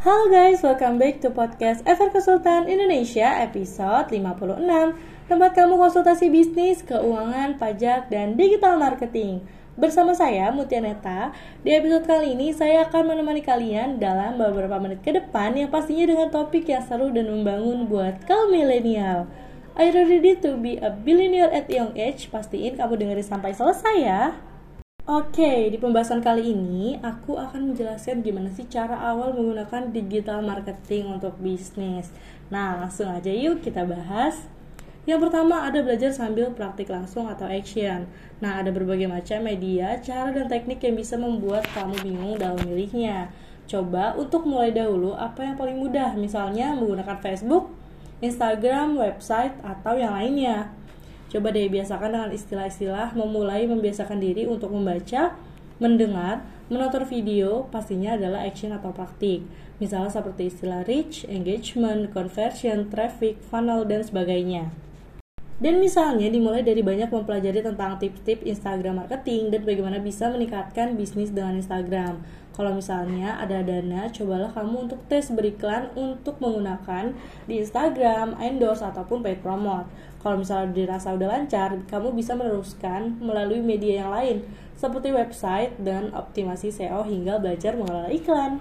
Halo guys, welcome back to podcast FR Konsultan Indonesia episode 56. Tempat kamu konsultasi bisnis, keuangan, pajak, dan digital marketing. Bersama saya Mutia Neta. Di episode kali ini saya akan menemani kalian dalam beberapa menit ke depan yang pastinya dengan topik yang seru dan membangun buat kaum milenial. Are you ready to be a billionaire at young age? Pastiin kamu dengerin sampai selesai ya. Oke, di pembahasan kali ini aku akan menjelaskan gimana sih cara awal menggunakan digital marketing untuk bisnis. Nah, langsung aja yuk kita bahas. Yang pertama ada belajar sambil praktik langsung atau action. Nah, ada berbagai macam media, cara dan teknik yang bisa membuat kamu bingung dalam milihnya. Coba untuk mulai dahulu apa yang paling mudah, misalnya menggunakan Facebook, Instagram, website, atau yang lainnya. Coba deh biasakan dengan istilah-istilah, memulai membiasakan diri untuk membaca, mendengar, menonton video, pastinya adalah action atau praktik. Misalnya seperti istilah reach, engagement, conversion, traffic, funnel, dan sebagainya. Dan misalnya dimulai dari banyak mempelajari tentang tips-tips Instagram marketing dan bagaimana bisa meningkatkan bisnis dengan Instagram. Kalau misalnya ada dana, cobalah kamu untuk tes beriklan untuk menggunakan di Instagram, endorse, ataupun paid promote. Kalau misalnya dirasa udah lancar, kamu bisa meneruskan melalui media yang lain seperti website dan optimasi SEO hingga belajar mengelola iklan.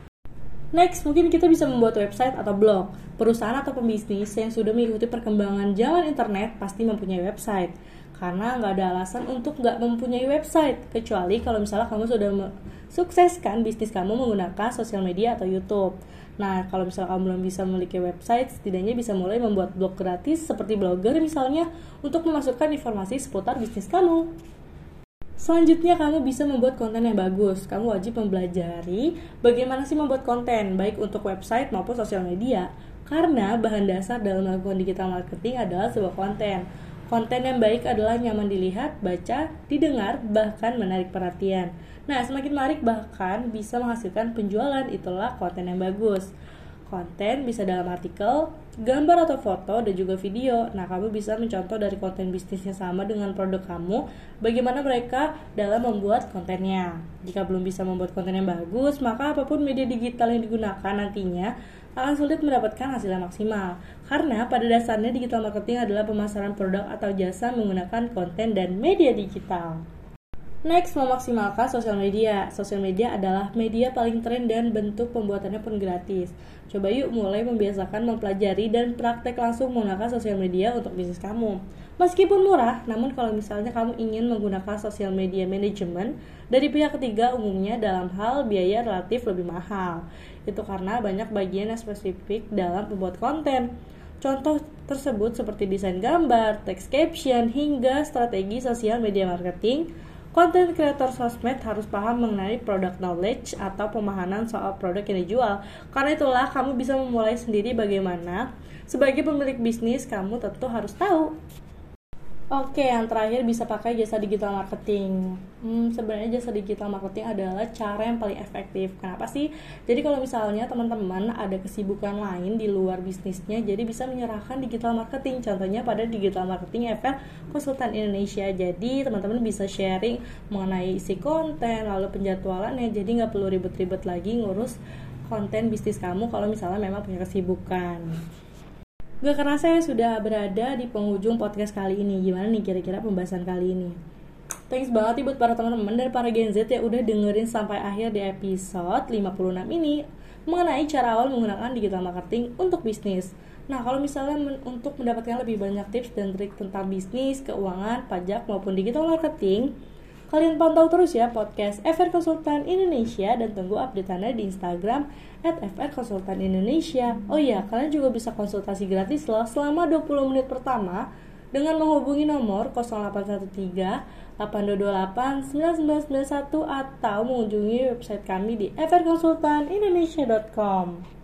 Next, mungkin kita bisa membuat website atau blog. Perusahaan atau pembisnis yang sudah mengikuti perkembangan zaman internet pasti mempunyai website. Karena nggak ada alasan untuk nggak mempunyai website. Kecuali kalau misalnya kamu sudah sukseskan bisnis kamu menggunakan sosial media atau YouTube. Nah, kalau misalnya kamu belum bisa memiliki website, setidaknya bisa mulai membuat blog gratis seperti blogger misalnya untuk memasukkan informasi seputar bisnis kamu. Selanjutnya kamu bisa membuat konten yang bagus. Kamu wajib mempelajari bagaimana sih membuat konten, baik untuk website maupun sosial media. Karena bahan dasar dalam melakukan digital marketing adalah sebuah konten. Konten yang baik adalah nyaman dilihat, baca, didengar, bahkan menarik perhatian. Nah, semakin menarik bahkan bisa menghasilkan penjualan, itulah konten yang bagus. Konten bisa dalam artikel, gambar atau foto, dan juga video. Nah, kamu bisa mencontoh dari konten bisnisnya sama dengan produk kamu, bagaimana mereka dalam membuat kontennya. Jika belum bisa membuat konten yang bagus, maka apapun media digital yang digunakan nantinya akan sulit mendapatkan hasil yang maksimal. Karena pada dasarnya digital marketing adalah pemasaran produk atau jasa menggunakan konten dan media digital. Next, memaksimalkan sosial media. Sosial media adalah media paling tren dan bentuk pembuatannya pun gratis. Coba yuk mulai membiasakan mempelajari dan praktek langsung menggunakan sosial media untuk bisnis kamu. Meskipun murah, namun kalau misalnya kamu ingin menggunakan sosial media manajemen dari pihak ketiga, umumnya dalam hal biaya relatif lebih mahal. Itu karena banyak bagian yang spesifik dalam pembuat konten. Contoh tersebut seperti desain gambar, text caption, hingga strategi sosial media marketing. Content creator sosmed harus paham mengenai product knowledge atau pemahaman soal produk yang dijual. Karena itulah kamu bisa memulai sendiri bagaimana. Sebagai pemilik bisnis, kamu tentu harus tahu. Oke, yang terakhir bisa pakai jasa digital marketing. Sebenarnya jasa digital marketing adalah cara yang paling efektif. Kenapa sih? Jadi kalau misalnya teman-teman ada kesibukan lain di luar bisnisnya, jadi bisa menyerahkan digital marketing. Contohnya pada digital marketing FR Konsultan Indonesia. Jadi teman-teman bisa sharing mengenai isi konten, lalu penjadwalannya. Jadi nggak perlu ribet-ribet lagi ngurus konten bisnis kamu kalau misalnya memang punya kesibukan. Gak kerasa saya sudah berada di penghujung podcast kali ini. Gimana nih kira-kira pembahasan kali ini? Thanks banget nih buat para teman-teman dan para Gen Z yang udah dengerin sampai akhir di episode 56 ini mengenai cara awal menggunakan digital marketing untuk bisnis. Nah, kalau misalnya untuk mendapatkan lebih banyak tips dan trik tentang bisnis, keuangan, pajak maupun digital marketing, kalian pantau terus ya podcast FR Konsultan Indonesia dan tunggu update-annya di Instagram @frkonsultanindonesia. Oh iya, kalian juga bisa konsultasi gratis loh selama 20 menit pertama dengan menghubungi nomor 0813 8228 9991 atau mengunjungi website kami di frkonsultanindonesia.com.